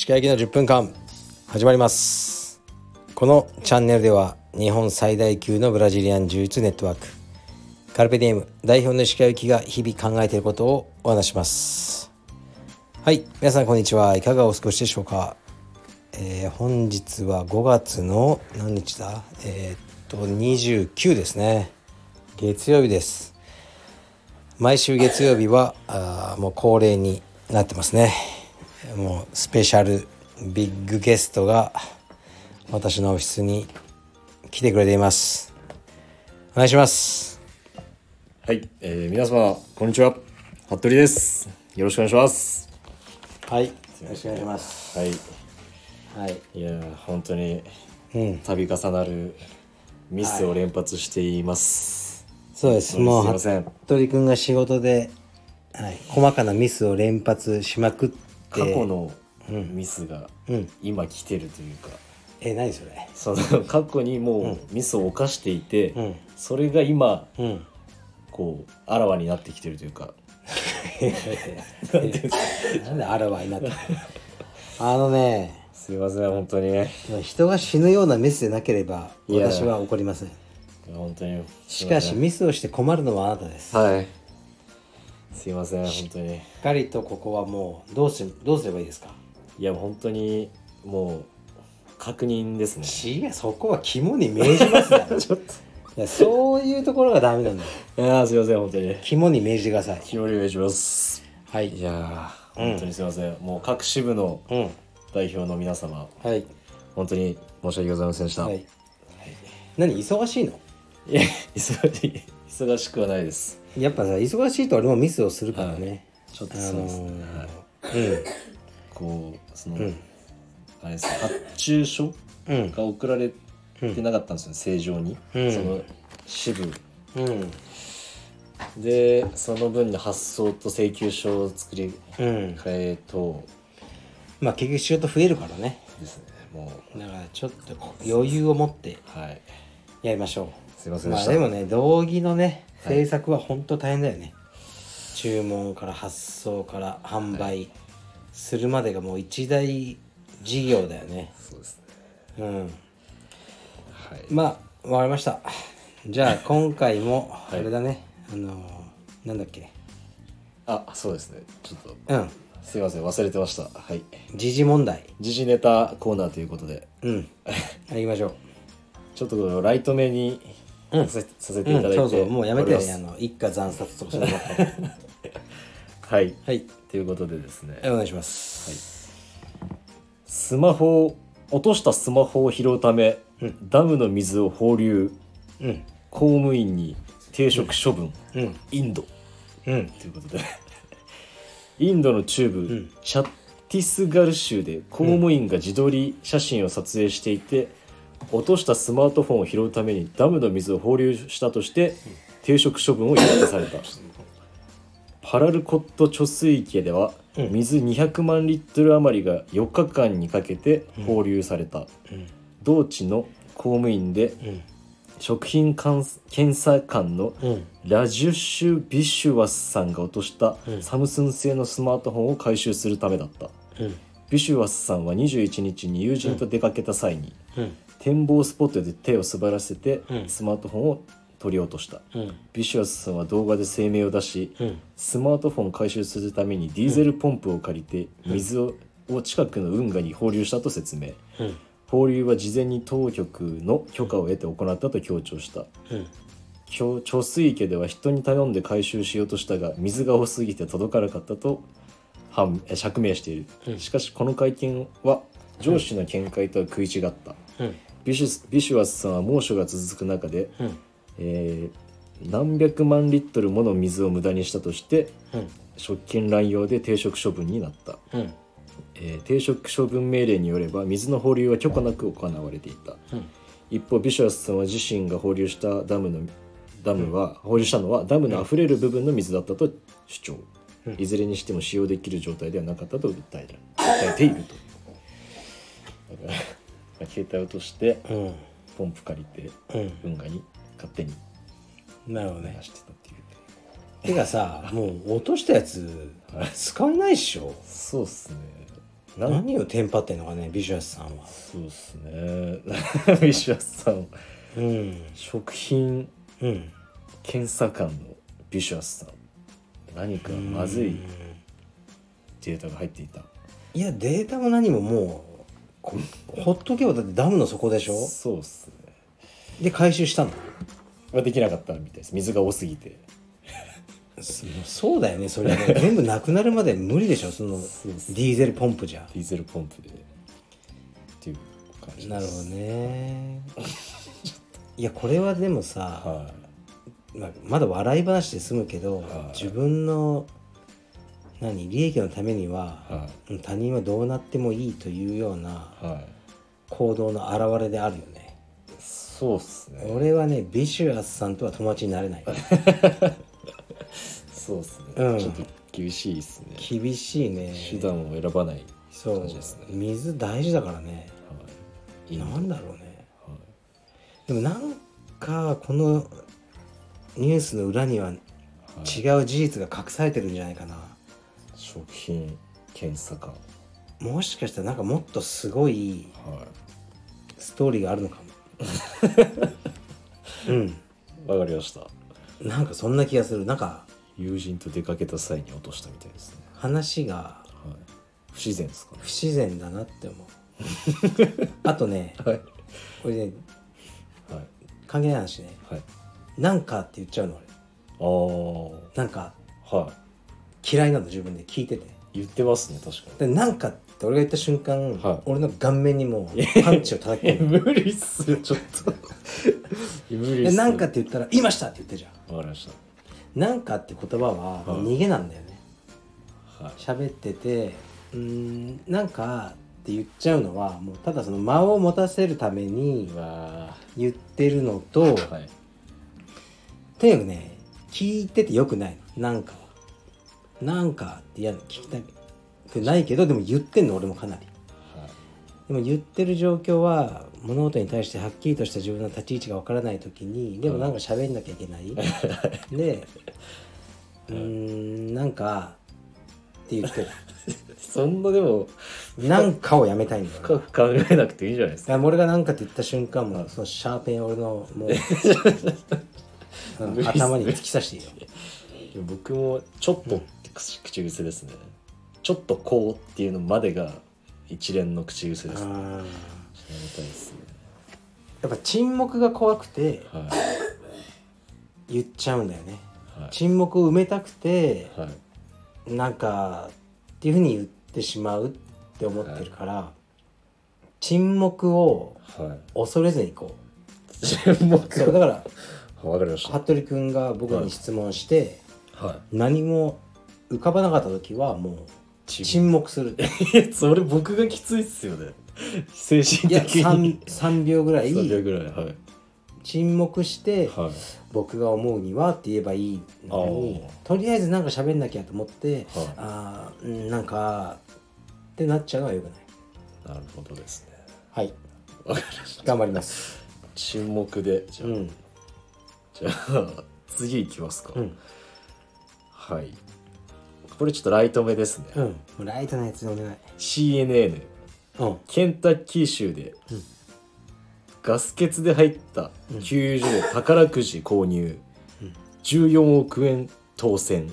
川焼きの10分間始まります。このチャンネルでは日本最大級のブラジリアン柔術ネットワークカルペディエム代表の石川由紀が日々考えていることをお話します。はい、皆さんこんにちは。いかがお過ごしでしょうか。本日は5月の何日だ29ですね。月曜日です。毎週月曜日はもう恒例になってますね。もうスペシャルビッグゲストが私のオフィスに来てくれています。お願いします。 はい、皆様こんにちは、服部です。よろしくお願いします。 はい、よろしくお願いします。 はい、 はい、 いや本当に度重なるミスを連発しています、 そうです。もうすいません。 服部君が仕事で、細かなミスを連発しまくって過去のミスが今来てるというか、 何それ。 その過去にもうミスを犯していて、それが今、こうあらわになってきてるというかなんであらわになってすいません本当に人が死ぬようなミスでなければ私は怒りません。 本当にしかしミスをして困るのはあなたです。 はい、すいません本当に。 しっかりとここはもうどうすればいいですか。 いや本当にもう確認ですね。 違う、そこは肝に銘じますねちょっといや、そういうところがダメなんだよ。 すいません本当に肝に銘じてください。 気をお願いします。 はい。 いや本当にすいません、もう各支部の代表の皆様、 はい。 本当に申し訳ございませんでした。 はい。何忙しいの？ いや忙しくはないです。 やっぱさ、忙しいと俺もミスをするからね。 ちょっとそうですね、こうその、あれですね、発注書が送られてなかったんですよ、正常に、その支部でその分の発送と請求書を作り変えと、 まあ結局仕事増えるからね。 ですね、もうだからちょっと余裕を持ってはいやりましょう。 すいませんでした。 まあでもね、道着のね制作は本当大変だよね。注文から発送から販売するまでがもう一大事業だよね。 そうですね、はい、 まあわかりました。じゃあ今回もあれだね、なんだっけ、 そうですね、ちょっとすいません忘れてました。はい、 時事問題、 時事ネタコーナーということで行きましょう。 ちょっとライト目にさせていただいて、 そうもうやめてね、一家惨殺とかしなかったはい、 はい、 ということでですね、 お願いします。 落としたスマホを拾うため、ダムの水を放流、公務員に停職処分、インド、ということでインドの中部、チャッティスガル州で公務員が自撮り写真を撮影していて、落としたスマートフォンを拾うためにダムの水を放流したとして停職処分を言い渡された。パラルコット貯水池では水200万リットル余りが4日間にかけて放流された。同地の公務員で食品検査官のラジュシュ・ビシュワスさんが落としたサムスン製のスマートフォンを回収するためだった。ビシュワスさんは21日に友人と出かけた際に展望スポットで手を滑らせてスマートフォンを取り落とした。ビシュワスさんは動画で声明を出し、スマートフォンを回収するためにディーゼルポンプを借りて水を近くの運河に放流したと説明。放流は事前に当局の許可を得て行ったと強調した。貯水池では人に頼んで回収しようとしたが水が多すぎて届かなかったと釈明している。しかしこの会見は上司の見解とは食い違った。ビシュワスさんは猛暑が続く中で、何百万リットルもの水を無駄にしたとして、職権乱用で停職処分になった。停職処分命令によれば水の放流は許可なく行われていた。一方ビシュワスさんは自身が放流した放流したのはダムのあふれる部分の水だったと主張。いずれにしても使用できる状態ではなかったと訴えていると。だから携帯を落として、ポンプ借りて、運河に勝手になるほどね。 出してたっていう。 てかさ、もう落としたやつ使わないっしょ。 そうっすね。 何をテンパってんのかね、ビシャスさんは。 そうですねビシャスさん、食品検査官のビシャスさん、何かまずいデータが入っていた。 いやデータも何ももうほっとけば、だってダムの底でしょ。 そうっすね。 で回収したの。 できなかったみたいです。水が多すぎて。 そうだよね、それね全部なくなるまで無理でしょ、そのディーゼルポンプじゃ。 ディーゼルポンプでっていう感じです。 なるほどねいやこれはでもさ、まだ笑い話で済むけど、自分の利益のためには、他人はどうなってもいいというような行動の表れであるよね。 そうっすね。 俺はねビシュアスさんとは友達になれないそうっすね、ちょっと厳しいっすね。 厳しいね。 手段を選ばないそう感じですね。 水大事だからね、なんだろうね、でもなんかこのニュースの裏には違う事実が隠されてるんじゃないかな。 食品検査官、 もしかしたらなんかもっとすごいストーリーがあるのかもわかりました。 なんかそんな気がする。なんか友人と出かけた際に落としたみたいですね。 話が不自然ですかね。 不自然だなって思うあとね、これね、関係ない話ね、なんかって言っちゃうの俺。なんか嫌いなの自分で聞いてて。 言ってますね、確かでなんかって俺が言った瞬間、俺の顔面にもうパンチを叩き込む無理っすよちょっと無理っすよ。 なんかって言ったら言いましたって言ってるじゃん。 わかりました。 なんかって言葉は逃げなんだよね。喋っててなんかって言っちゃうのはもうただその間を持たせるために言ってるのと、とにかくね聞いててよくないの。なんかはなんかって聞きたくないけど、でも言ってんの俺もかなり、でも言ってる状況は物事に対してはっきりとした自分の立ち位置が分からない時にでもなんか喋んなきゃいけないでなんかって言ってるそんなでもなんかをやめたいんだよ。 深く考えなくていいじゃないですか。 俺がなんかって言った瞬間もそのシャーペン俺のもう、頭に突き刺していいよ。 僕もちょっとって口癖ですね、ちょっとこうっていうのまでが一連の口癖ですね。やめたいですね。 やっぱ沈黙が怖くて言っちゃうんだよね、沈黙を埋めたくて、なんかっていうふうに言ってしまうって思ってるから、沈黙を恐れずにいこう。 沈黙そうだからわかりました。 服部君が僕に質問して、何も浮かばなかった時はもう沈黙するそれ僕がきついっすよね精神的に。 3秒ぐらい沈黙して、僕が思うにはって言えばいいのに、とりあえずなんか喋んなきゃと思って、なんかってなっちゃうのはよくない。 なるほどですね。 わかりました。頑張ります。 沈黙でじゃあ次いきますか。これちょっとライト目ですね。 ライトなやつでお願い。 CNN、ケンタッキー州で、ガス欠で入った給油所で宝くじ購入、14億円当選。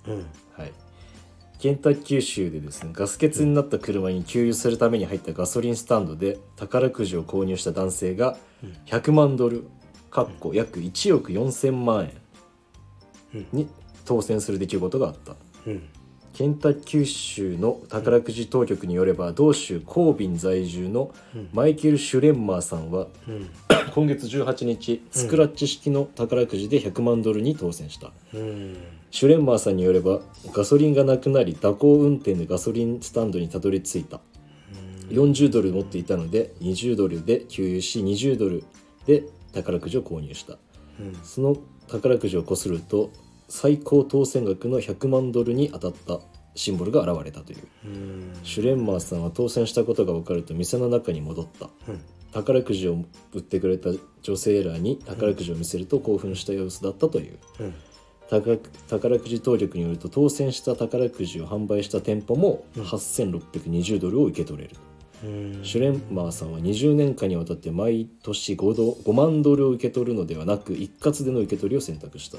ケンタッキー州でですね、ガス欠になった車に給油するために入ったガソリンスタンドで宝くじを購入した男性が100万ドル約1億4000万円に当選する出来事があった。ケンタッキー州の宝くじ当局によれば、同州コービン在住のマイケル・シュレンマーさんは、今月18日スクラッチ式の宝くじで100万ドルに当選した。シュレンマーさんによれば、ガソリンがなくなり蛇行運転でガソリンスタンドにたどり着いた。40ドル持っていたので20ドルで給油し、20ドルで宝くじを購入した。その宝くじをこすると最高当選額の100万ドルに当たったシンボルが現れたという。シュレンマーさんは当選したことが分かると店の中に戻った。宝くじを売ってくれた女性らに宝くじを見せると興奮した様子だったという。 宝くじ当局によると、当選した宝くじを販売した店舗も8620ドルを受け取れる。シュレンマーさんは20年間にわたって毎年5万ドルを受け取るのではなく、一括での受け取りを選択した。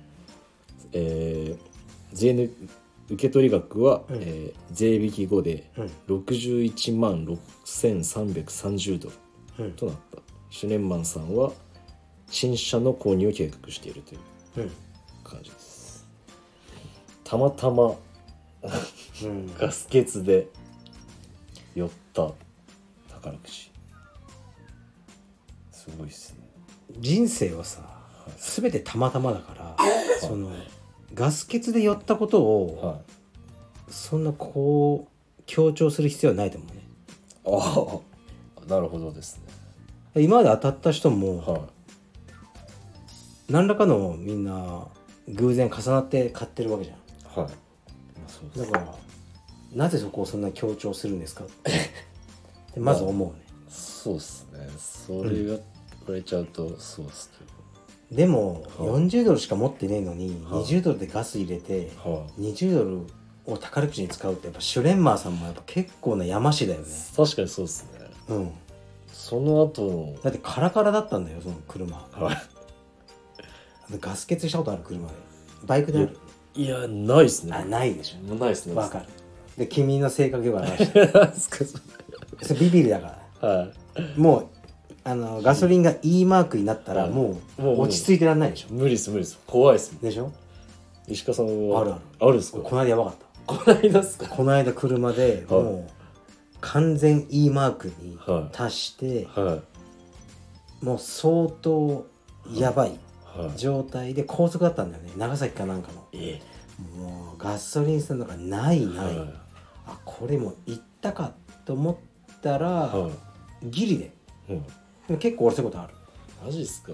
税抜受け取り額は、税引き後で61万6330ドルとなった。シュネンマンさんは新車の購入を計画しているという感じです。たまたまガス欠で寄った宝くじ、すごいっすね。 人生はさ、全てたまたまだから、そのガス欠で寄ったことを、そんなこう強調する必要はないと思うね。 ああ、なるほどですね。今まで当たった人も、何らかのみんな偶然重なって買ってるわけじゃん。そうです。だからなぜそこをそんな強調するんですかってまず思うね。 そうっすね。それが言われちゃうとそうっすけど。 でも40ドルしか持ってねえのに20ドルでガス入れて20ドルを宝くじに使うって、やっぱシュレンマーさんもやっぱ結構な山師だよね。 確かにそうっすね。その後だってカラカラだったんだよ、その車。ガス欠したことある？車でバイクである？ いや、ないっすね。 ないでしょ。 ないっすね。 分かる。で君の性格を表してビビりだから、もうガソリンが E マークになったらもう落ち着いてらんないでしょ。 無理っす無理っす。怖いっすでしょ。 石川さんはあるっすか。 この間やばかった。 この間っすか。 この間車でもう完全 E マークに達して、もう相当やばい状態で高速だったんだよね、長崎かなんかの。もうガソリンスタンドがない、あ、これもう行ったかと思ったら、ギリで、でも結構俺そういうことある。 マジっすか。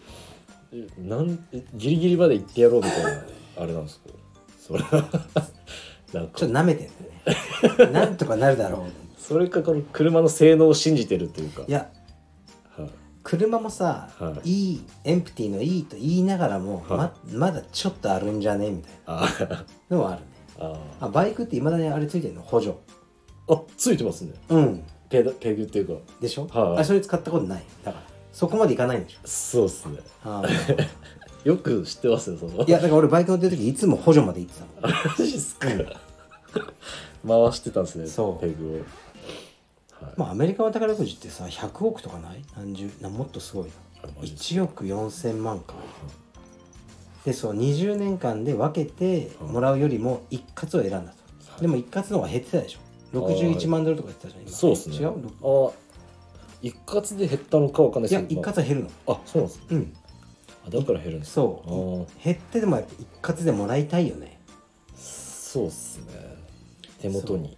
ギリギリまで行ってやろうみたいなあれなんですか。それはなんかちょっと舐めてんだよねなんとかなるだろう。 それかこの車の性能を信じてるというか。 いや、車もさ、いいエンプティのいいと言いながらも、まだちょっとあるんじゃねみたいなのはあるね。バイクっていまだにあれついてるの？補助。 ついてますね。ペグっていうかでしょ。それ使ったことない。だからそこまでいかないんでしょ。 そうっすね。よく知ってますよ、その。 いや、だから俺バイク乗ってる時いつも補助まで行ってたの。 マジっすか。回してたんですね、 そうペグを。 アメリカの宝くじってさ、100億とかない？もっとすごいな。1億4000万か。で、そう20年間で分けてもらうよりも一括を選んだと。でも一括の方が減ってたでしょ。61万ドルとか言ってたじゃん今。 そうですね。 違う？ 一括で減ったのかわかんないですけど。いや、一括は減るの。 そうなんですね。だから減るんです。 そう減ってでもやっぱ一括でもらいたいよね。 そうっすね。手元に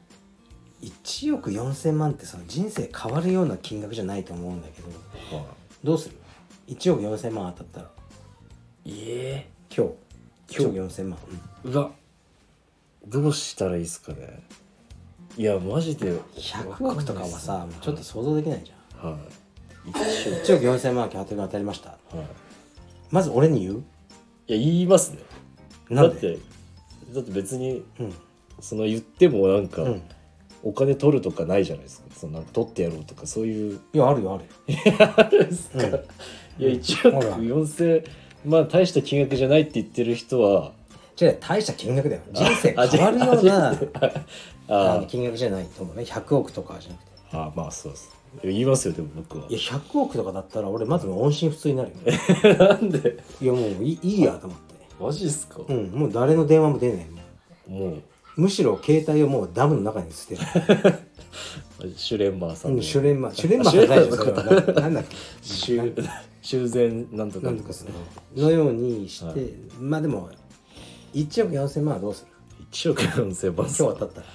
1億4000万ってさ、人生変わるような金額じゃないと思うんだけど、どうする？1億4000万当たったら。今日1億4000万。 うわ、どうしたらいいですかね。いやマジで 100億とかはさ、ちょっと想像できないじゃん。1億4000万当たりました。まず俺に言う？ いや、言いますね。だって別に、その言ってもなんか、お金取るとかないじゃないですか。そのなんか取ってやろうとかそういう。 いや、あるよ。 あるんですか。いや、1億4000万大した金額じゃないって言ってる人は。 違う、大した金額だよ。人生変わるような金額じゃないと思うね。100億とかじゃなくて。 まあそうです。言いますよ、でも僕は。 いや、100億とかだったら俺まず音信不通になるよ。なんで？ いや、もういいやと思って。 マジっすか？ もう誰の電話も出ない。 もうむしろ携帯をもうダムの中に捨てる。 シュレンマーさん。 シュレンマーじゃないですよ。なんだっけ。 修繕なんとかのようにして、でも1億4000万はどうする ？1億4000万。 今日当たったら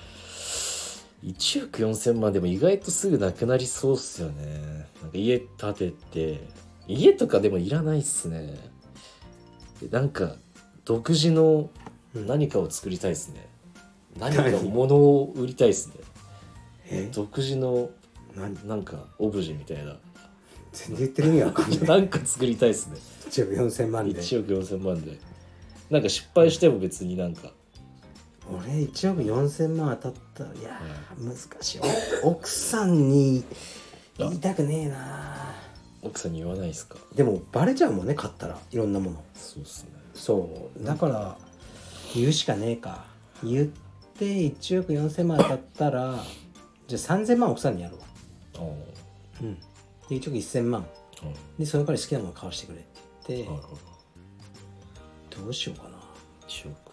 1億4000万でも意外とすぐなくなりそうっすよね。なんか家建てて、家とかでもいらないっすね。なんか独自の何かを作りたいっすね。何か物を売りたいっすね。独自のなんかオブジェみたいな。 全然言ってる意味わかんない。 なんか作りたいっすね。 1億4000万で。 1億4000万で。 なんか失敗しても別になんか俺1億4000万当たったらいや難しい。奥さんに言いたくねえな。 奥さんに言わないですか？ でもバレちゃうもんね、買ったらいろんなもの。 そうですね。 そうだから言うしかねえか。言って1億4000万当たったらじゃあ3000万奥さんにやるわ。うんで1億1000万でその代わり好きなもの買わしてくれって言って、どうしようかな。 1億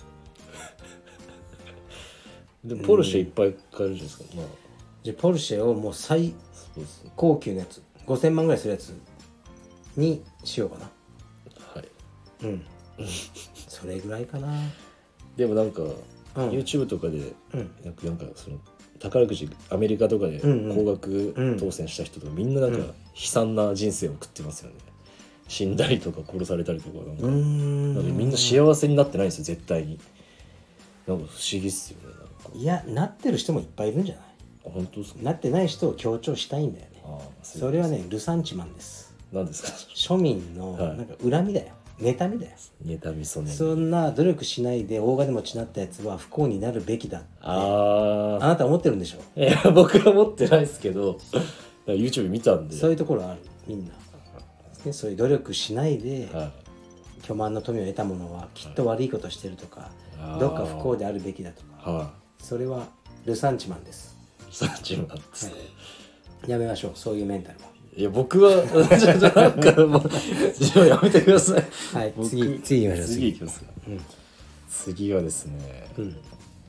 でもポルシェいっぱい買えるじゃないですか。まあじゃあポルシェをもう最そうですね。 高級のやつ5000万ぐらいするやつにしようかな。 はい。 うんそれぐらいかな。 でもなんか、YouTube とかで、なんかその宝くじアメリカとかで高額当選した人とか、みんななんか悲惨な人生を送ってますよね。死んだりとか殺されたりとかなんかみんな幸せになってないんですよ絶対に。なんか不思議っすよね。なんかいやなってる人もいっぱいいるんじゃない？ 本当ですか？ なってない人を強調したいんだよね。それはねルサンチマンです。 何ですか？ 庶民のなんか恨みだよ、妬みだよ。 妬みそねみ。 そんな努力しないで大金持ちになったやつは不幸になるべきだってあなたは思ってるんでしょ？ いや僕は持ってないですけどYouTube 見たんで。 そういうところあるみんな。でそういう努力しないで、巨万の富を得た者はきっと悪いことしてるとか、どっか不幸であるべきだとか、それはルサンチマンです。 ルサンチマンですね。 やめましょうそういうメンタルは。 いや僕はなんかもうやめてください。 はい、次行きましょう。 次行きますか。次はですね、はい、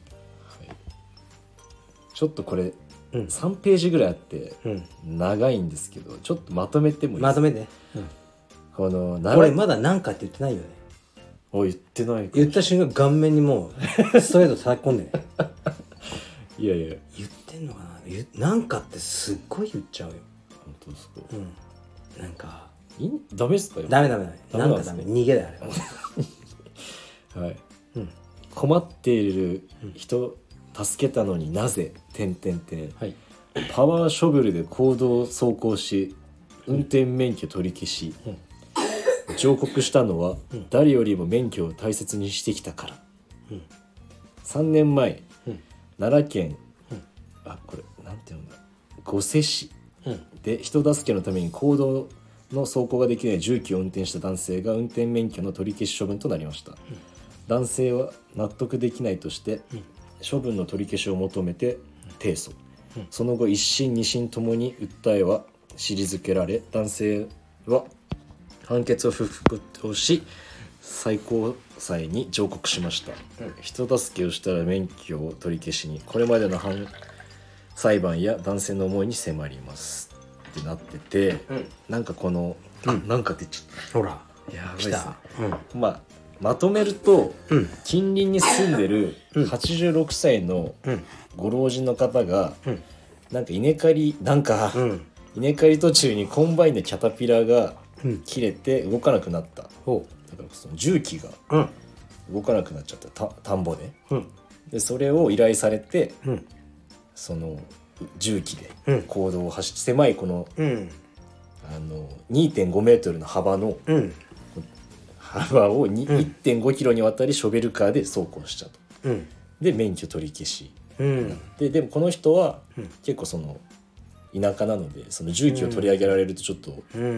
ちょっとこれ、3ページぐらいあって、長いんですけどちょっとまとめてもいいですか？ まとめて、 このこれまだ何かって言ってないよね。 言ってないか。 言った瞬間顔面にもうストレート叩き込んでねいやいや言ってんのかな。なんかってすっごい言っちゃうよ。 本当ですか？ なんかダメですか？ ダメなんかダメ。逃げだよあれは。 はい、困っている人助けたのになぜはい、 パワーショベルで公道を走行し運転免許取り消し、上告したのは誰よりも免許を大切にしてきたから、3年前、奈良県、これなんていうんだ、御所市で人助けのために公道の走行ができない重機を運転した男性が運転免許の取り消し処分となりました。男性は納得できないとして、処分の取り消しを求めて提訴、その後一審二審ともに訴えは退けられ、男性は判決を不服とし最高裁に上告しました。人助けをしたら免許を取り消しに、これまでの裁判や男性の思いに迫りますってなってて、なんかこの、なんかって言っちゃった。 ほらやばいですね。まとめると、近隣に住んでる86歳のご老人の方が、なんか稲刈り途中にコンバインでキャタピラが切れて動かなくなった、だからその重機が動かなくなっちゃった、田んぼで、でそれを依頼されて、その重機で公道を走って、狭いこの、2.5 メートルの幅の、幅を1.5 キロにわたりショベルカーで走行しちゃうと、で免許取り消し、でもこの人は結構その田舎なので、その重機を取り上げられるとちょっと、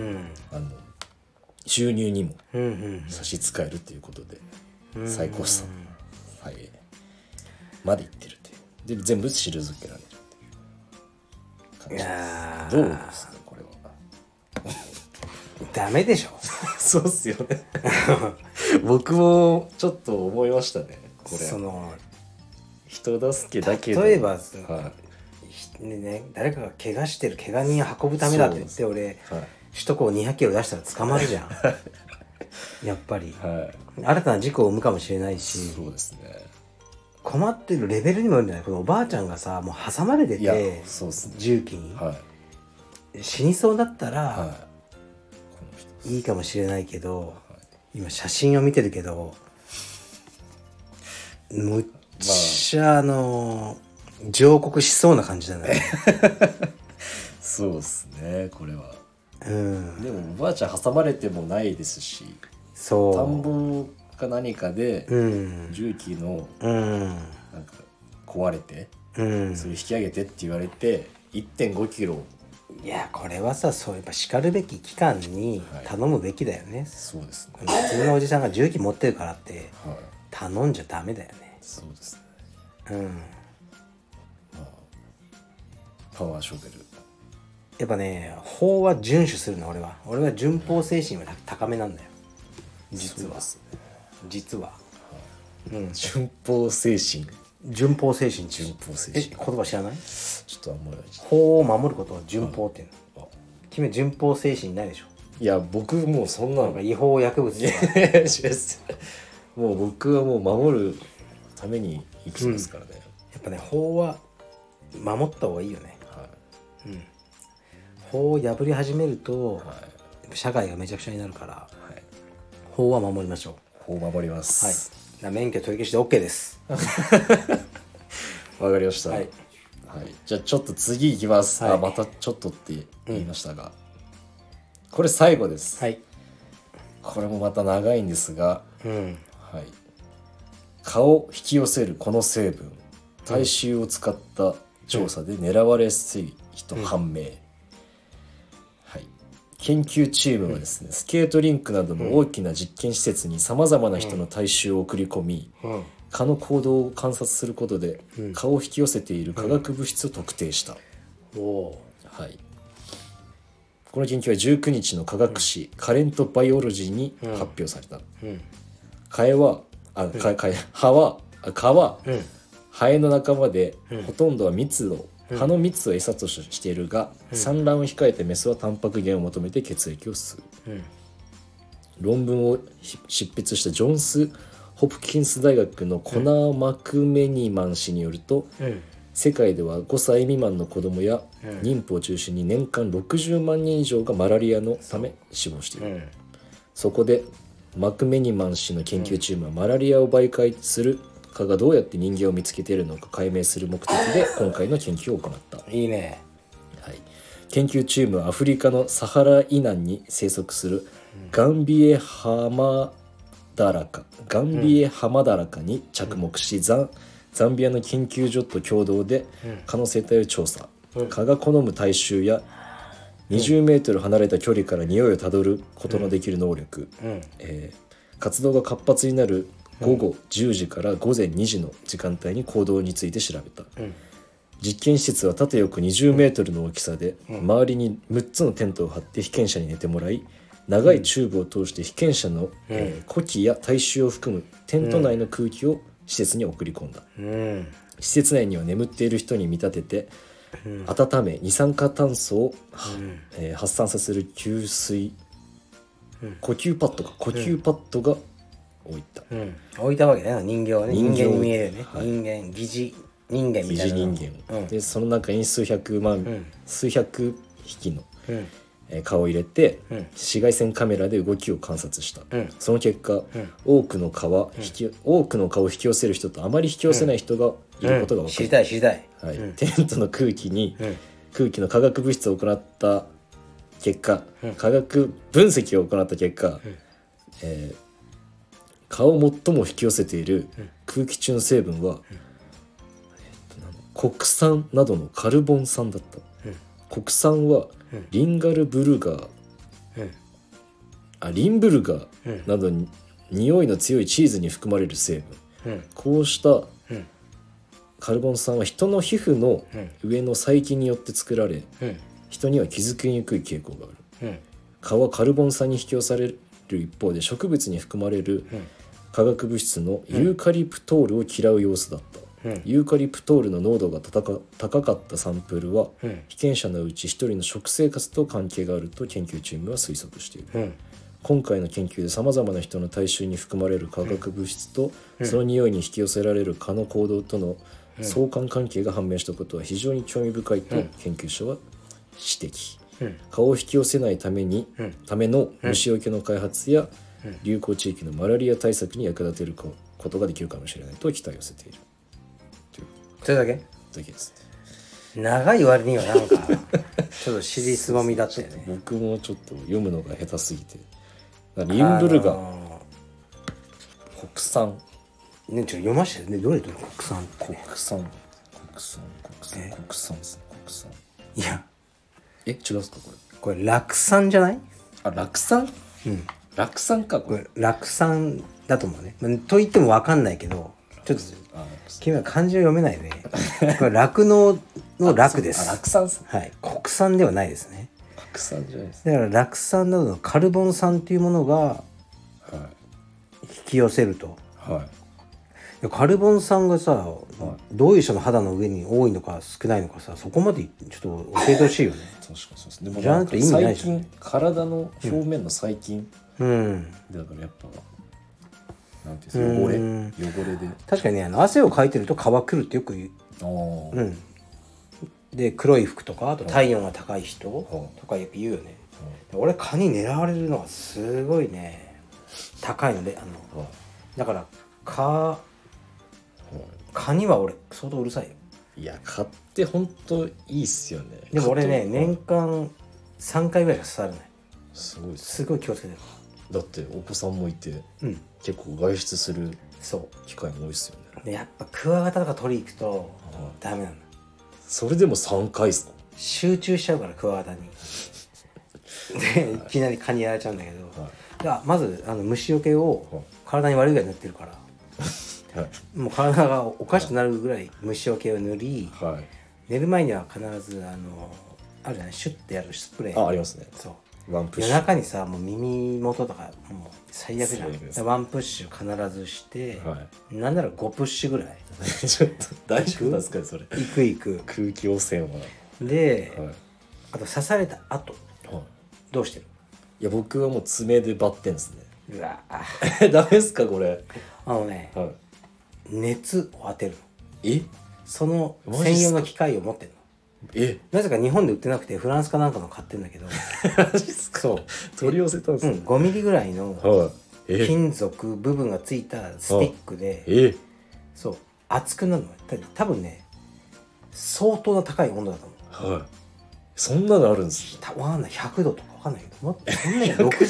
収入にも差し支えるということで、最高裁まで行ってるっていう。で全部退けられるっていう感じです。どうですかこれは？ ダメでしょそうっすよね僕もちょっと思いましたねこれ。 その人助けだけど、 例えば誰かが怪我してる怪我人を運ぶためだって言って俺、首都高200キロ出したら捕まるじゃんやっぱり、新たな事故を生むかもしれないし。 そうですね。 困ってるレベルにもよるんじゃない？このおばあちゃんがさもう挟まれてて、重機に、死にそうだったら、いいかもしれないけど、今写真を見てるけどむっちゃ上告しそうな感じじゃない？ そうですねこれは。でもおばあちゃん挟まれてもないですし、田んぼかか何かで重機のなんか壊れて、それ引き上げてって言われて 1.5 キロ。 いやこれはさ、そうやっぱしかるべき機関に頼むべきだよね、 そうですね。 普通のおじさんが重機持ってるからってはい、 頼んじゃダメだよね。 そうですね。パワーショベル。 やっぱね、法は遵守するの。俺は順法精神は高めなんだよ、実は。実は、 順法精神。 順法精神。 順法精神。 言葉知らない？ ちょっとあんまり。 法を守ることを順法っていうの。君順法精神ないでしょ。 いや僕もうそんなの違法薬物とかもう僕はもう守るために生きてますからね、 やっぱね、法は守った方がいいよね。 はい、 法を破り始めると、 はい、 社会がめちゃくちゃになるから、 はい、 法は守りましょう。 法守ります。 はい。免許取り消して OK です。 わかりました。はい。じゃあちょっと次いきます。 はい、 またちょっとって言いましたが、これ最後です。 はい。 これもまた長いんですが、 はい。 蚊を引き寄せるこの成分、体臭を使った調査で狙われやすい人判明。はい。研究チームはですね、スケートリンクなどの大きな実験施設にさまざまな人の体臭を送り込み、蚊の行動を観察することで、蚊を引き寄せている化学物質を特定した。はい。この研究は19日の科学誌カレント・バイオロジーに発表された。蚊はハエの仲間で、ほとんどは蚊の蜜を餌としているが、産卵を控えてメスはタンパク源を求めて血液を吸う。論文を執筆したジョンス・ホプキンス大学のコナー・マクメニマン氏によると、世界では5歳未満の子どもや妊婦を中心に年間60万人以上がマラリアのため死亡している。そこでマクメニマン氏の研究チームは、マラリアを媒介する蚊がどうやって人間を見つけているのか解明する目的で今回の研究を行った。 いいね。 はい、研究チームはアフリカのサハラ以南に生息するガンビエハマダラカに着目し、ザンビアの研究所と共同で蚊の生態を調査。蚊が好む体臭や20メートル離れた距離から匂いをたどることのできる能力、活動が活発になる午後10時から午前2時の時間帯に行動について調べた。実験施設は縦横20メートルの大きさで、周りに6つのテントを張って被験者に寝てもらい、長いチューブを通して被験者の、呼気や体臭を含むテント内の空気を施設に送り込んだ。施設内には眠っている人に見立てて、温め二酸化炭素を、発散させる呼吸パッドが置いた。 置いたわけだよ、人形はね。人間に見えるよね。 はい、 疑似人間みたいな。 疑似人間、でその中に数百匹の、蚊を入れて、紫外線カメラで動きを観察した。その結果、多くの蚊を引き寄せる人とあまり引き寄せない人がいることが分かる。 知りたい。 はい、テントの空気の化学物質を行った結果、化学分析を行った結果、蚊を最も引き寄せている空気中の成分は、国酸などのカルボン酸だった。国酸はリンブルガーなどに匂いの強いチーズに含まれる成分。こうしたカルボン酸は人の皮膚の上の細菌によって作られ、人には気づきにくい傾向がある。蚊はカルボン酸に引き寄せられる一方で、植物に含まれる化学物質のユーカリプトールを嫌う様子だった。ユーカリプトールの濃度が高かったサンプルは、被験者のうち1人の食生活と関係があると研究チームは推測している。今回の研究でさまざまな人の体臭に含まれる化学物質と、その匂いに引き寄せられる蚊の行動との相関関係が判明したことは非常に興味深いと研究者は指摘。蚊を引き寄せないための虫除けの開発や流行地域のマラリア対策に役立てることができるかもしれないと期待を寄せている。 それだけですね。長い割にはなんかちょっと尻すぼみだったよね。 僕もちょっと読むのが下手すぎて。リンブルガー、 産ね、読ましてね、どれと国産って国産ですね国産いや違うんですかこれ酪酸じゃない？ 酪酸うん酪酸かこれこれ酪酸だと思うね、と言っても分かんないけどちょっと君は漢字を読めないねこれ酪農の酪です酪酸っすねはい国産ではないですね酪酸じゃないですだから酪酸などのカルボン酸っていうものがは引き寄せるといはいカルボン酸がさ、どういう人の肌の上に多いのか少ないのかさそこまでちょっと教えてほしいよね確かにそうですね。でもじゃなくて意味ないじゃん最近体の表面の細菌、 うんだからやっぱなんていうんですか汚れで確かにね汗をかいてると皮くるってよく言ううんで黒い服とかあと体温が高い人とかよく言うよね、俺蚊に狙われるのがすごいね高いのでだから蚊には俺相当うるさいよ。 いや蚊って本当いいっすよね。 でも俺ね年間3回ぐらいしか刺されない。 すごいすごい気をつけてる。 だってお子さんもいて、結構外出する機会も多いっすよね。 でやっぱクワガタとか取り行くとダメなんだ。 それでも3回っすか？ 集中しちゃうからクワガタにでいきなり蚊にやられちゃうんだけど、まず虫除けを体に悪いぐらい塗ってるから、もう体がおかしくなるぐらい虫除けを塗り、寝る前には必ずあるじゃないシュッてやるスプレー。 ありますね。 そうワンプッシュ。 夜中にさもう耳元とかもう最悪じゃん。ワンプッシュ必ずして、なんなら5プッシュぐらいちょっと大丈夫なんですかねそれ。 いく空気汚染はで、あと刺された後、どうしてる？ いや僕はもう爪でバッテンですね。 うわダメですかこれ？ 熱を当てるの。 その専用の機械を持ってるの。なぜか日本で売ってなくてフランスかなんかの買ってるんだけどそう取り寄せたんですね。 5ミリぐらいの金属部分がついたスティックでそう熱くなるの。多分ね相当な高い温度だと思う。 そんなのあるんですか？わかんない100度とかわかんないけどもっとそんなに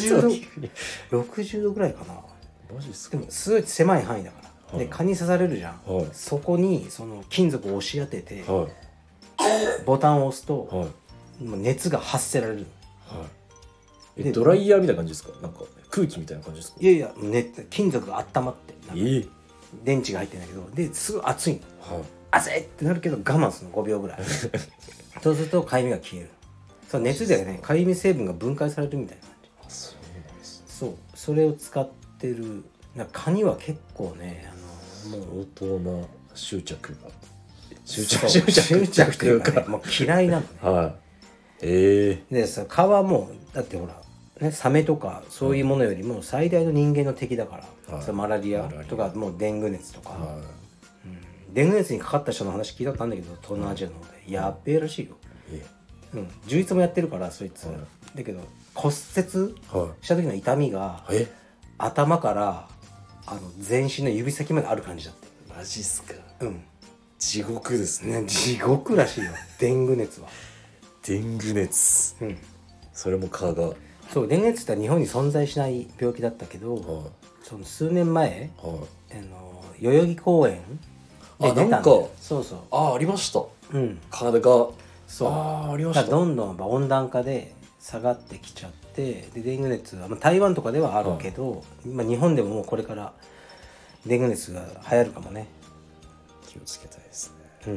60度ぐらいかな。 マジっすか？ でもすごい狭い範囲だからで蚊に刺されるじゃん。そこにその金属を押し当ててボタンを押すともう熱が発せられる。 ドライヤーみたいな感じですか？なんか空気みたいな感じですか？ いやいや金属が温まって電池が入ってるんだけどですごい熱いの。熱いってなるけど我慢するの5秒ぐらいそうするとかゆみが消える。そう熱でねかゆみ成分が分解されるみたいな感じ。そうなんです。そうそれを使ってる蚊には結構ねもう相当な執着が執着というかねもう嫌いなのね。でさ蚊はもうだってほらね、サメとかそういうものよりも最大の人間の敵だから、マラリアとかもうデング熱とか、デング熱にかかった人の話聞いたことあるんだけど東南アジアの方でやっべえらしいよ。充実もやってるからそいつ、だけど骨折した時の痛みが頭から全身の指先まである感じだって。 マジっすか？地獄ですね。 地獄らしいよデング熱は。 デング熱、それも蚊がそうデング熱って日本に存在しない病気だったけど、その数年前、代々木公園で出たんだよ。そうそうありました。蚊がそうありました。 どんどん温暖化で下がってきちゃってでデング熱は、台湾とかではあるけど、日本でももうこれからデング熱が流行るかもね。 気をつけたいですね。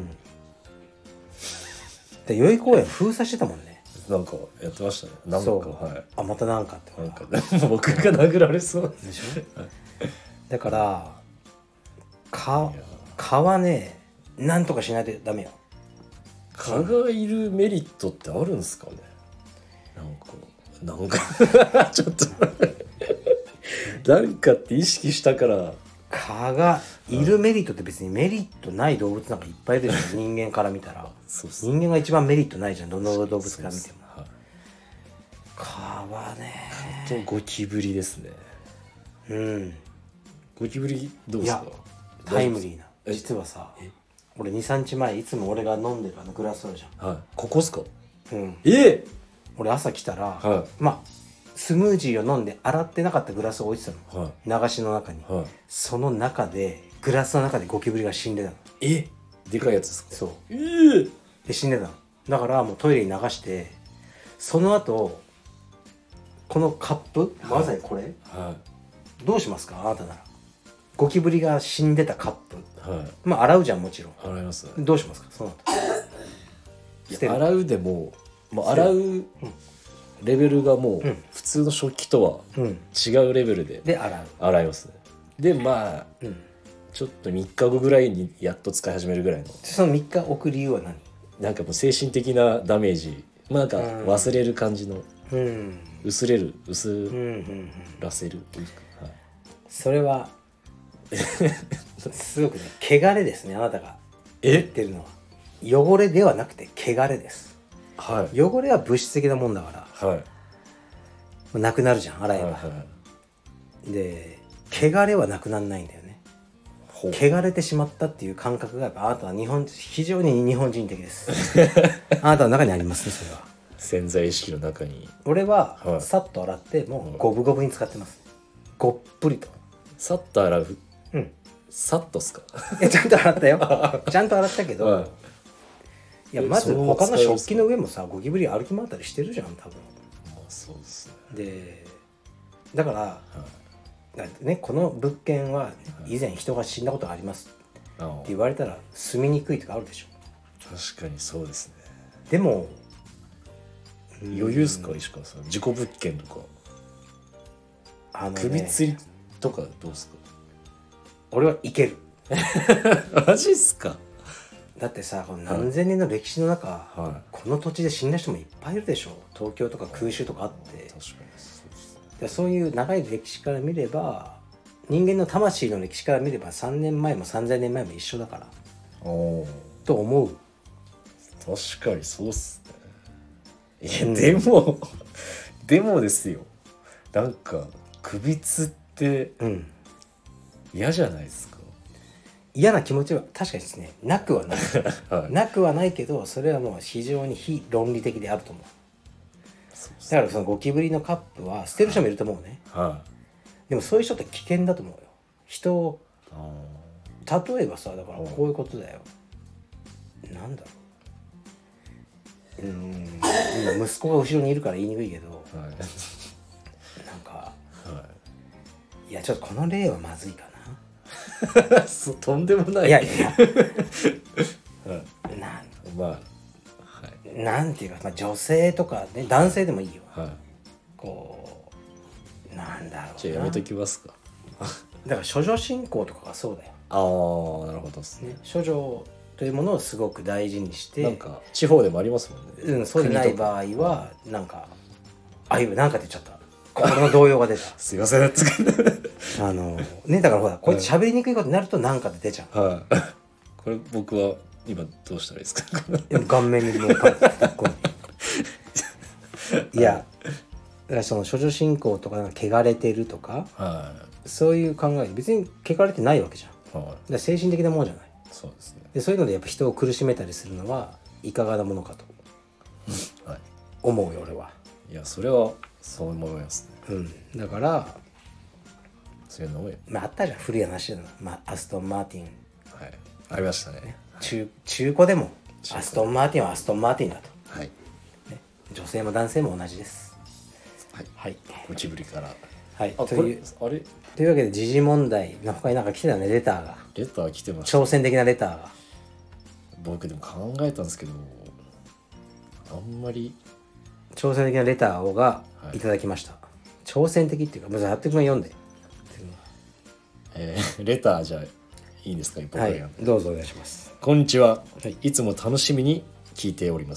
で代々木公園封鎖してたもんね。 なんかやってましたね。なんかまたなんかってなんか僕が殴られそうでしょだから蚊はねなんとかしないとダメよ。 蚊がいるメリットってあるんですかね。なんかちょっとなんかって意識したから蚊がいるメリットって別にメリットない動物なんかいっぱいいるでしょ人間から見たら。人間が一番メリットないじゃんどの動物から見ても。蚊はね本当ゴキブリですね。ゴキブリどうですか？ タイムリーな。実はさ俺 2,3 日前いつも俺が飲んでるグラスあるじゃん。 ここっすか？ 俺朝来たら、 スムージーを飲んで洗ってなかったグラスを置いてたの、 は流しの中に、 いはい。 その中でグラスの中でゴキブリが死んでたの。 え、でかいやつですか？ そうえー、 で死んでたの。だからもうトイレに流して、その後このカップ、まさにこれ、 はどうしますかあなたなら。ゴキブリが死んでたカップ、 いはい。 まあ洗うじゃんもちろん。 洗いますね。 どうしますかその後。捨てる。 洗うでも、もう洗うレベルがもううん普通の食器とはうん違うレベルでで洗う。 洗いますね。でまあうん。 ちょっと3日後ぐらいにやっと使い始めるぐらいの、 その3日置く理由は何？ なんかもう精神的なダメージ、まあなんか忘れる感じの、 うん薄れる、 うん薄うんうんらせる、はい、 それはすごくね、汚れですね。あなたが言ってるのは汚れではなくて汚れです。 はい汚れは物質的なもんだからはいなくなるじゃん洗えば、 はいはいで汚れはなくならないんだよね。 ほう汚れてしまったっていう感覚がやっぱあなたは非常に日本人的ですあなたの中にありますねそれは。 潜在意識の中に俺ははいさっと洗ってもう五分五分に使ってます。ごっぷりと。 さっと洗う、 うんさっとっすか？ いやちゃんと洗ったよちゃんと洗ったけど、 はいいやまずそのまま他の食器の上もさゴキブリ歩き回ったりしてるじゃん多分。 まあそうですね。 でだからね、この物件は以前人が死んだことがありますああって言われたら住みにくいとかあるでしょ。 確かにそうですね。 でも余裕っすか？石川さん事故物件とか首ね、 吊りとかどうっす俺はいける。 か？マジっすか？ だってさこの何千年の歴史の中、 はこの土地で死んだ人もいっぱいいるでしょ。東京とか空襲とかあってい、確かにそうですね。 でそういう長い歴史から見れば人間の魂の歴史から見れば3年前も3000年前も一緒だからおーと思う。 確かにそうっすね。いや、でもでもですよ、なんか首吊ってうん嫌じゃないですか？ 嫌な気持ちは確かにですねなくはないはい、 なくはないけどそれはもう非常に非論理的であると思う。 そうっすだからそのゴキブリのカップは捨てる人もいると思うね。 はいでもそういう人って危険だと思うよ。人をあ例えばさだからこういうことだよ。なんだろう。今息子が後ろにいるから言いにくいけどーはいなんかはいやちょっとこの例はまずいかいそうとんでもないな。いやいやはいなまあはいなんていうか、まあ、女性とかね男性でもいいよ。 はいこうなんだろうな。 じゃあやめときますか？ だから処女信仰とかがそうだよ、 ああなるほどですね。 ね、処女というものをすごく大事にしてなんか地方でもありますもんね。 そうでない場合はなんか今なんか出ちゃった心の動揺が出たすいませんつかねだからほらこうやって喋りにくいことになるとなんかで出ちゃう。 はいこれ僕は今どうしたらいいですか？ でも顔面にもうパンツ突っ込んでいやだからその処女信仰とか汚れてるとかはそういう考え別に汚れてないわけじゃん。だかいはいら精神的なものじゃない。 そうですね。 でそういうのでやっぱ人を苦しめたりするのはいかがなものかとはい思うよ俺は。 いやそれはそう思いますね。 だからそういうのをまああったじゃん古い話だな、アストンマーティンはいありましたね。 中古でもアストンマーティンはアストンマーティンだと、 はい女性も男性も同じです。 はいはい、 ゴキブリからはい、 あこれというあれというわけで時事問題の他になんか来てたねレターがレター来てました。 挑戦的なレターが。 僕でも考えたんですけどあんまり挑戦的なレターがいただきました、挑戦的っていうかまずやってくん読んで。 レターじゃあいいんですか？僕がはい読んでどうぞお願いします。 こんにちは、 はいいつも楽しみに聞いております。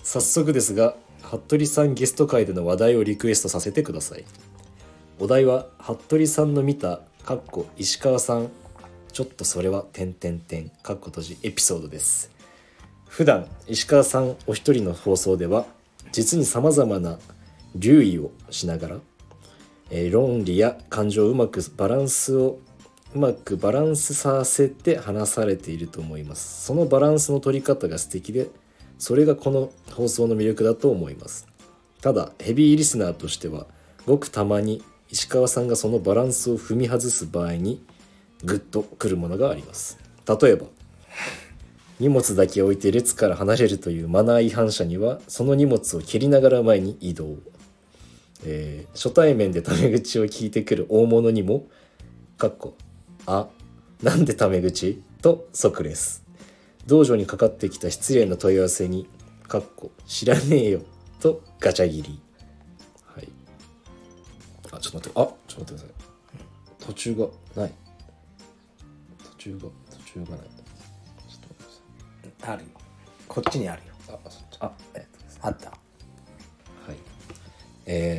早速ですが服部さんゲスト会での話題をリクエストさせてください。お題は服部さんの見た石川さんちょっとそれは閉じエピソードです。普段石川さんお一人の放送では実にさまざまな留意をしながら、論理や感情をうまくバランスさせて話されていると思います。そのバランスの取り方が素敵でそれがこの放送の魅力だと思います。ただヘビーリスナーとしてはごくたまに石川さんがそのバランスを踏み外す場合にグッとくるものがあります。例えば荷物だけ置いて列から離れるというマナー違反者にはその荷物を蹴りながら前に移動、初対面でタメ口を聞いてくる大物にもあ、なんでタメ口と即レス、道場にかかってきた失礼な問い合わせに知らねえよとガチャ切り。はい。ちょっと待ってください。途中がない。途中がない。ちょっと待ってください。 あるよ。こっちにあるよ。あった。 はい。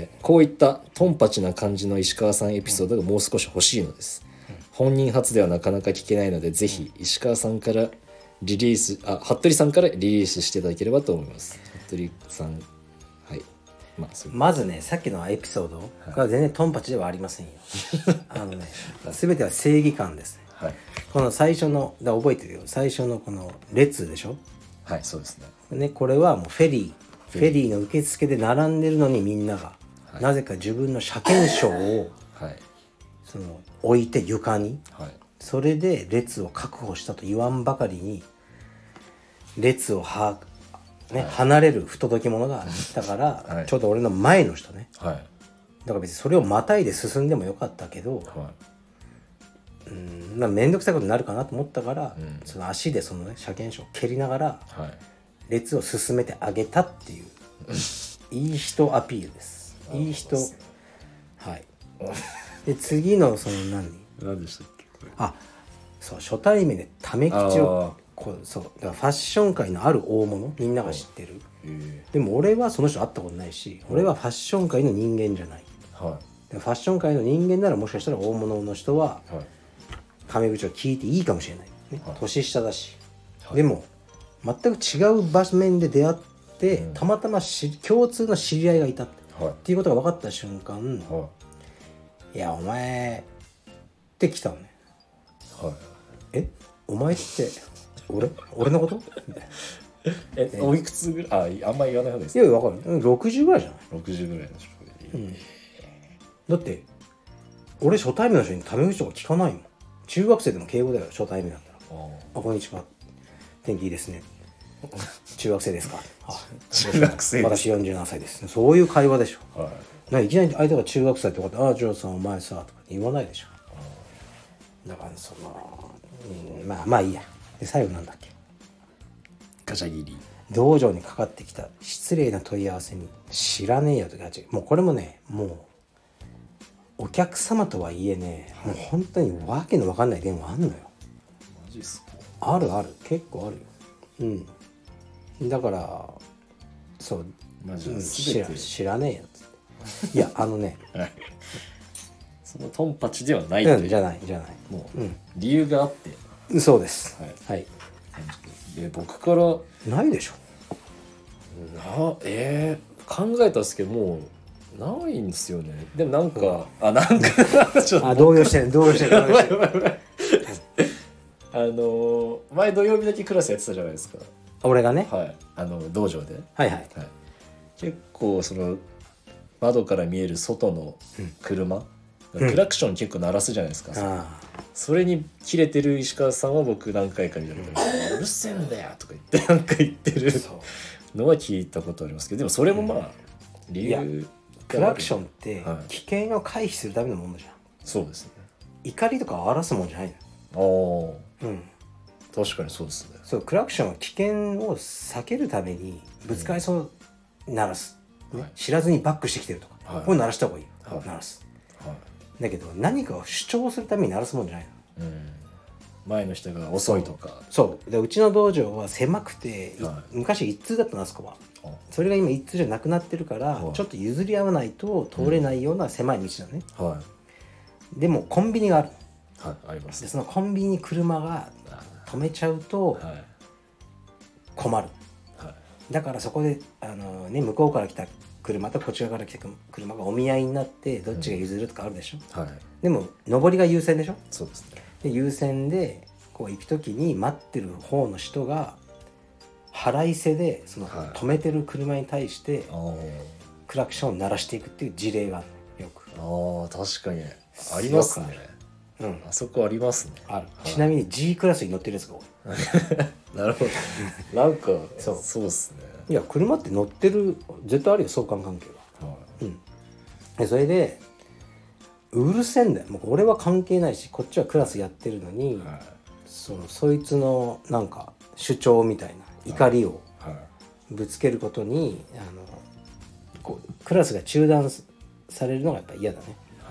こういったトンパチな感じの石川さんエピソードがもう少し欲しいのです。本人初ではなかなか聞けないので、ぜひ石川さんから服部さんからリリースしていただければと思います。服部さん、はい。 まずね、さっきのエピソードが全然トンパチではありませんよ。全ては正義感ですね。 はい。 この最初の覚えてるよ。最初のこの列でしょ。 はい、そうですね。 ね、これはもうフェリーの受付で並んでるのに、みんなが、なぜか自分の車検証を、置いて床に、それで列を確保したと言わんばかりに列を離れる不届き者が来たから、ちょうど俺の前の人ね、だから別にそれをまたいで進んでもよかったけど、面倒くさいことになるかなと思ったから、その足でそのね車検証を蹴りながら、列を進めてあげたっていういい人アピールです。いい人。はい。で次のその何でしたっけこれ。 そう、初対面でタメ口をそうだからファッション界のある大物、みんなが知ってる。でも俺はその人会ったことないし、俺はファッション界の人間じゃない。ファッション界の人間ならもしかしたら大物の人はタメ口を聞いていいかもしれない、ね、年下だし。でも全く違う場面で出会って、たまたま共通の知り合いがいたっていうことが分かった瞬間、いやお前って来たのね。お前って俺のことみたいな。 おいくつぐらい？あんまり言わない方がいいです。 いや分かる。60ぐらいじゃない？ 60ぐらいの人で、 だって俺初対面の人にタメ口とか聞かないもん。中学生でも敬語だよ、初対面だったら。こんにちは、天気いいですね。中学生ですか？ 中学生です。 私47歳です。そういう会話でしょ。いきなり相手が中学生ってことで、ジョーさんお前さとか言わないでしょ。だからその、まあいいや。で最後なんだっけ。 ガチャ切り。 道場にかかってきた失礼な問い合わせに知らねえよとか、もうこれもね、もうお客様とはいえね、もう本当にわけのわかんない電話あんのよ。 マジっすか？ ある結構あるよ。だからそう、知らねえよっつって。いやそのトンパチではないという、 じゃないもう、理由があって。 そうです。はい。 で僕からないでしょ。 考えたんですけどもうないんですよね。でもなんかちょっと動揺してる前土曜日だけクラスやってたじゃないですか。 俺がね、 道場で、結構その窓から見える外の車、クラクション結構鳴らすじゃないですか。それにキレてる石川さんは僕何回か見たことある。うるせえんだよとか言ってなんか言ってるのは聞いたことありますけど、でもそれもまあ理由クラクションって危険を回避するためのものじゃん。 そうですね。 怒りとかを荒らすもんじゃないの。確かにそうですね。 そう、クラクションは危険を避けるためにぶつかりそう鳴らす、知らずにバックしてきてるとか、これ鳴らした方がいいよ、鳴らす。だけど何かを主張するために鳴らすもんじゃないの。 前の人が遅いとか。 そうで、うちの道場は狭くて、昔一通だったの、あそこは。それが今一通じゃなくなってるから、ちょっと譲り合わないと通れないような狭い道なのね。でもコンビニがある。 あります。 でそのコンビニに車が止めちゃうと困る。だからそこで向こうから来た車とこっち側から来た車がお見合いになってどっちが譲るとかあるでしょ。でも上りが優先でしょ。 そうですね。 で優先でこう行く時に待ってる方の人が腹いせでその止めてる車に対してクラクションを鳴らしていくっていう事例があるのよあ確かにありますね。 うん、 あそこありますね。 ある。ちなみに G クラスに乗ってるんですか？ なるほど。なんかそうそうですね。 いや車って乗ってる絶対あるよ、相関関係は。 はでそれでうるせえんだよ。もう俺は関係ないし、こっちはクラスやってるのに、 はいそいつのなんか主張みたいな怒りをはいぶつけることにこうクラスが中断されるのがやっぱ嫌だね。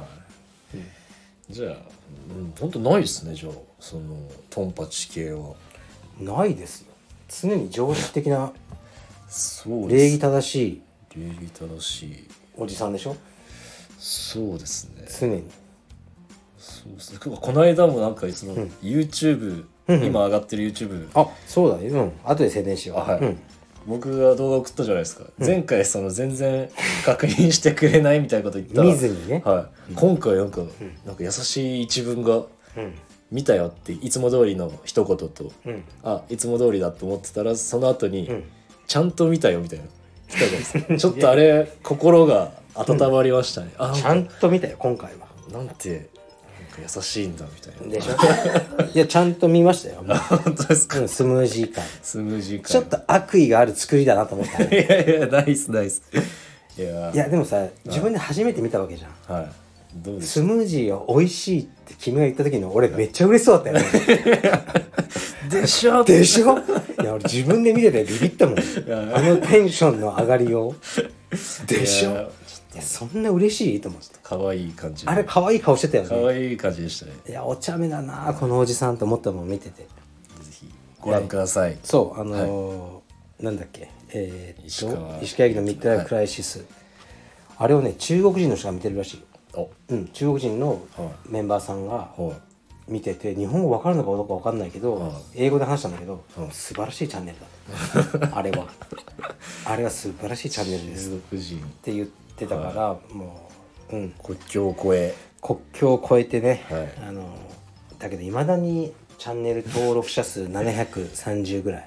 じゃあ、本当ないですね。じゃあそのトンパチ系はないですよ。常に常識的なそう礼儀正しい礼儀正しい。 おじさんでしょ。 そうですね。 常に。 そうですね。この間もなんかその、YouTube、今上がってる YouTube、 あ、そうだよ。後で宣伝しよう。 はい、僕が動画送ったじゃないですか。前回その全然確認してくれないみたいなこと言ったら見ずにね、 今回なんか優しい一文が見たよっていつも通りの一言と、いつも通りだと思ってたらその後に、ちゃんと見たよみたいな来たじゃないですか。ちょっとあれ心が温まりましたね。 ちゃんと見たよ今回は。 なんて優しいんだみたいな。 でしょ。いやちゃんと見ましたよ。 本当ですか。 スムージー感。 スムージー感。 ちょっと悪意がある作りだなと思った、ね。 いやいやナイスナイス。いやでもさ、自分で初めて見たわけじゃん。 はい。どうですスムージーを美味しいって君が言った時の俺めっちゃ嬉しそうだったよね。 でしょでしょ。いや俺自分で見ててビビったもん。あのテンションの上がりを。でしょ。いやそんな嬉しいと思って。 可愛い感じ。 あれ可愛い顔してたよね。 可愛い感じでしたね。 いやお茶目だなこのおじさんと思ったもん見てて。ぜひご覧ください。 そうなんだっけ石川駅のミッドライフクライシス、あれをね中国人の人が見てるらしいよ。中国人のメンバーさんが見てて、日本語分かるのかどうか分かんないけど、英語で話したんだけど、素晴らしいチャンネルだあれは素晴らしいチャンネルですって言ってたから、もう、 国境を越えてね、だけどいまだにチャンネル登録者数730ぐらい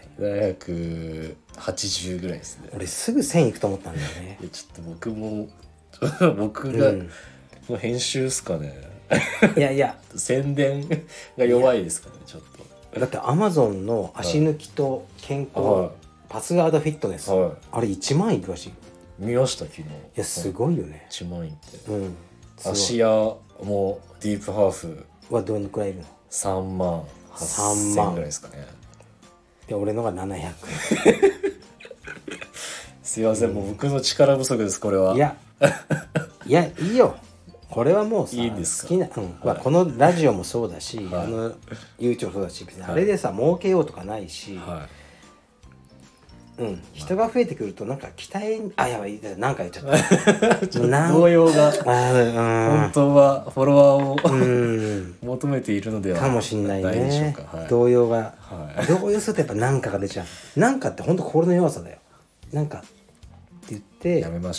780ぐらいですね。 俺すぐ1000いくと思ったんだよね。 ちょっと僕が、もう編集っすかね。 いや宣伝が弱いですかねちょっと。 だって Amazon の足抜きと健康、パスガードフィットネス、あれ1万いくらしい。 見ました昨日。いやすごいよね。 1万いって、芦屋もディープハーフはどのくらいいるの ？3万8000ぐらいですかね。 で俺のが700。 すいません、もう僕の力不足ですこれは。 いやいいよこれはもうさ、 いいんですか。 好きな、このラジオもそうだし、YouTube もそうだし、別にあれでさ儲けようとかないし、人が増えてくるとなんか期待やばいなんか言っちゃった動揺が本当はフォロワーを求めているのではかもしんないでしょうね。 か。 動揺が動揺するとやっぱなんかが出ちゃう。なんかって本当心の弱さだよ。なんかって言ってやめます。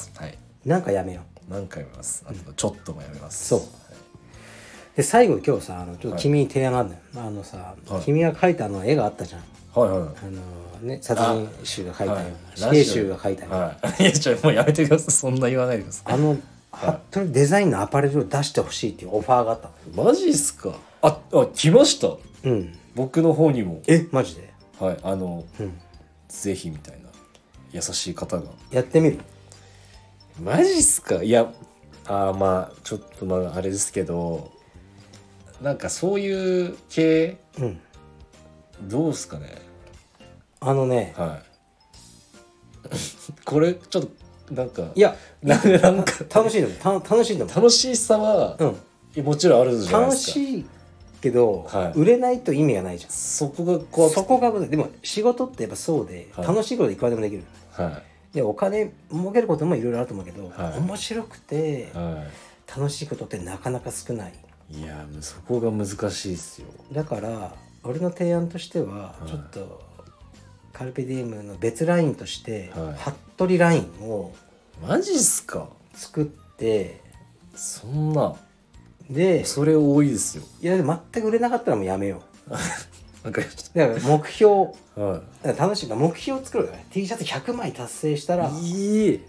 なんかやめよう。なんかやめます。ちょっともやめます。 そうで最後今日さちょっと君に提案があるんだよ。さ君が描いた絵があったじゃん。殺人集が描いたような死刑囚が描いたような。 いやもうやめてください。そんな言わないでください。 服部デザインのアパレルを出してほしいっていうオファーがあったの。マジっすか。来ました。僕の方にも。 マジで。 ぜひみたいな優しい方が。 やってみる。 マジっすか。いやまあちょっとあれですけど、なんかそういう系、どうっすかね。これちょっとなんかいやなんか楽しいの楽しさは、もちろんあるじゃないですか。 楽しいけど、売れないと意味がないじゃん。 そこが怖くて。 そこがでも仕事ってやっぱそうで、楽しいこといくらでもできる。でお金儲けることもいろいろあると思うけど、面白くて、楽しいことってなかなか少ない。 いやそこが難しいですよ。 だから俺の提案としては、ちょっとカルペディウムの別ラインとして、服部ラインをマジっすか作って、 そんなでそれ多いですよ。 いや全く売れなかったらもうやめよう。 なんかだから目標、楽しい目標を作るよね。 T シャツ100枚達成したら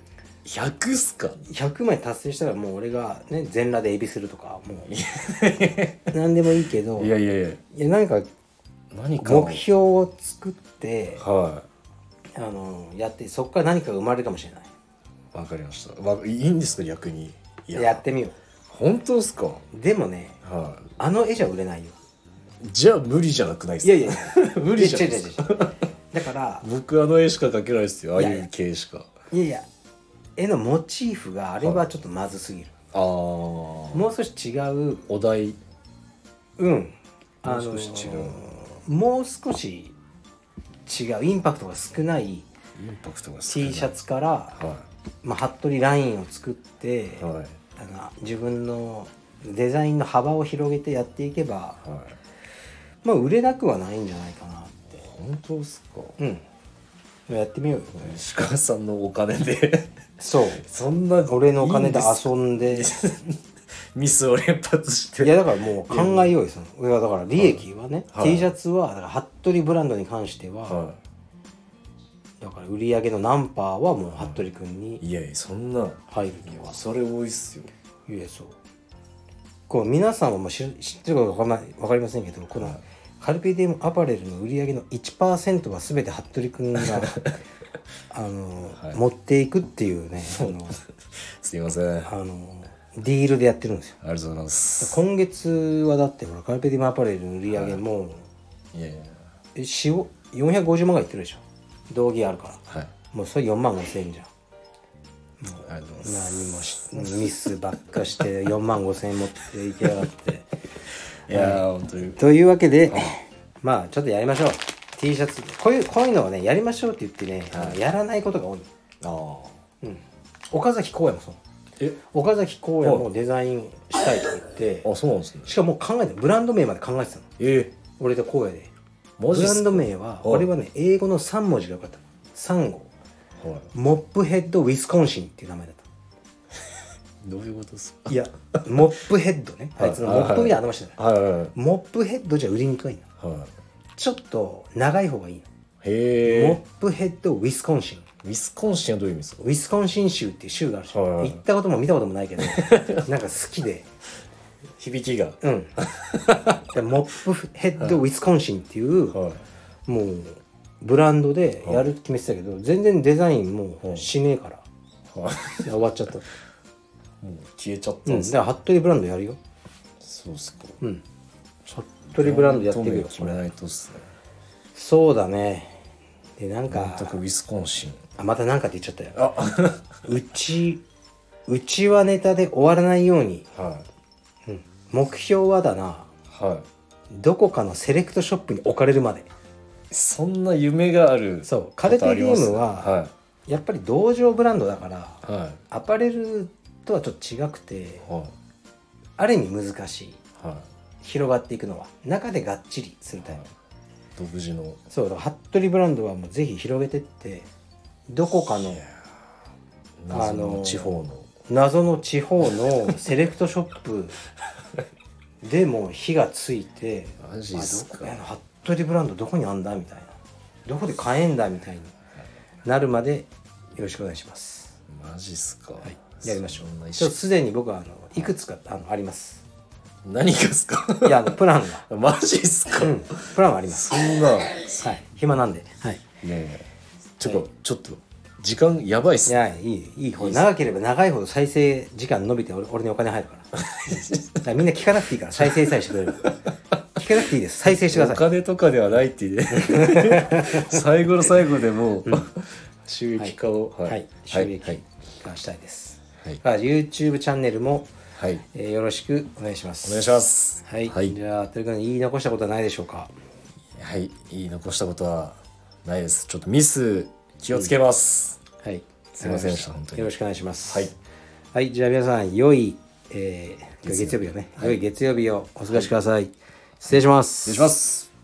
100っすか。 100枚達成したらもう俺がね全裸でエビするとかもう何でもいいけど、 いやいやいや、 いや何か目標を作って、 はやってそこから何かが生まれるかもしれない。 い、わかりました。いいんですか逆に。 やってみよ本当ですか。 う。でもね、 はあの絵じゃ売れないよ。 じゃあ無理じゃなくないですか。 いやいや無理じゃないですか。 だから僕あの絵しか描けないですよ。ああいう系しか。 いやいや絵のモチーフがあれはちょっとまずすぎる。 ああ、 もう少し違うお題。 もう少し違う。 もう少し違うインパクトが少ないインパクトが少ない T シャツから、 は服部ラインを作って、 いはい自分のデザインの幅を広げてやっていけば、 はい。 売れなくはないんじゃないかなって。 本当ですか。 やってみようよ。 石川さんのお金でそうそんな俺のお金で遊んでミスを連発して。 いやだからもう考えようよ。いやだから利益はね、 はい、 T シャツはだから服部ブランドに関しては、 はい、 だから売り上げの何パーはもう服部君にいやいやそんな入るとか。 それ多いっすよ。 いやそうこう皆さんはもう知ってるか分かりませんけど、このカルペディウムアパレルの売り上げの 1% は全て服部君がはい、 持っていくっていうねすいませんディールでやってるんですよ。 ありがとうございます。 今月はだってほらカルペディウムアパレルの売り上げも、はい、 いやいや 450万がいってるでしょ。道着あるから、 はい、もうそれ4万5千円じゃん。 ありがとうございます。 何もミスばっかして4万5千円持っていけやがっていや本当にというわけでちょっとやりましょう。 T シャツこういうのをねやりましょうって言ってね、やらないことが多い。岡崎公也もそう岡崎公也もデザインしたいと言ってそうなんですね。 しかももう考えてブランド名まで考えてたの。俺と公也でブランド名は俺はね英語の3文字がよかった。3語、モップヘッドウィスコンシンっていう名前だった。 どういうことですか。 いやモップヘッドね、あいつのモップみたいな頭してた、モップヘッドじゃ売りにくいの、ちょっと長い方がいいの。モップヘッドウィスコンシン。 ウィスコンシンはどういう意味ですか。 ウィスコンシン州っていう州があるし、行ったことも見たこともないけどなんか好きで響きがモップヘッドウィスコンシンっていう、もうブランドでやるって決めてたけど、全然デザインもうしねえから、終わっちゃった。もう消えちゃったんですだから服部ブランドやるよ。 そうっすか。 服部ブランドやってるよ。 決めないとっすね。 そうだね。でなんか全くウィスコンシンまたなんかって言っちゃったよ。うちはネタで終わらないように、目標はだな、どこかのセレクトショップに置かれるまで。 そんな夢がある。 そうカルペディウムは、やっぱり同情ブランドだから、アパレルとはちょっと違くて、ある意味難しい、広がっていくのは中でがっちりするタイプ、 独自の。 そうだから服部ブランドはもうぜひ広げてって、どこかの謎の地方のセレクトショップでも火がついてマジっすか。 服部ブランドどこにあんだみたいな、どこで買えんだみたいになるまでよろしくお願いします。 マジっすか。 やりましょう。すでに僕はいくつかあります。 何がっすか。 いやプランがマジっすか。 プランはあります。 そんな暇なんで。 ちょっと時間やばいっす。 いやいい方、長ければ長いほど再生時間伸びて俺にお金入るからみんな聞かなくていいから再生さえしてくれる聞かなくていいです。再生してください。 お金とかではないっていうね最後の最後でもう収益化を収益化したいです。YouTube チャンネルもよろしくお願いします。 お願いします。 じゃあということで言い残したことはないでしょうか。 言い残したことはないです。ちょっとミス気をつけます。すいませんでした。本当によろしくお願いします。じゃあ皆さん良い月曜日をね、良い月曜日をお過ごしください。失礼します。 失礼します。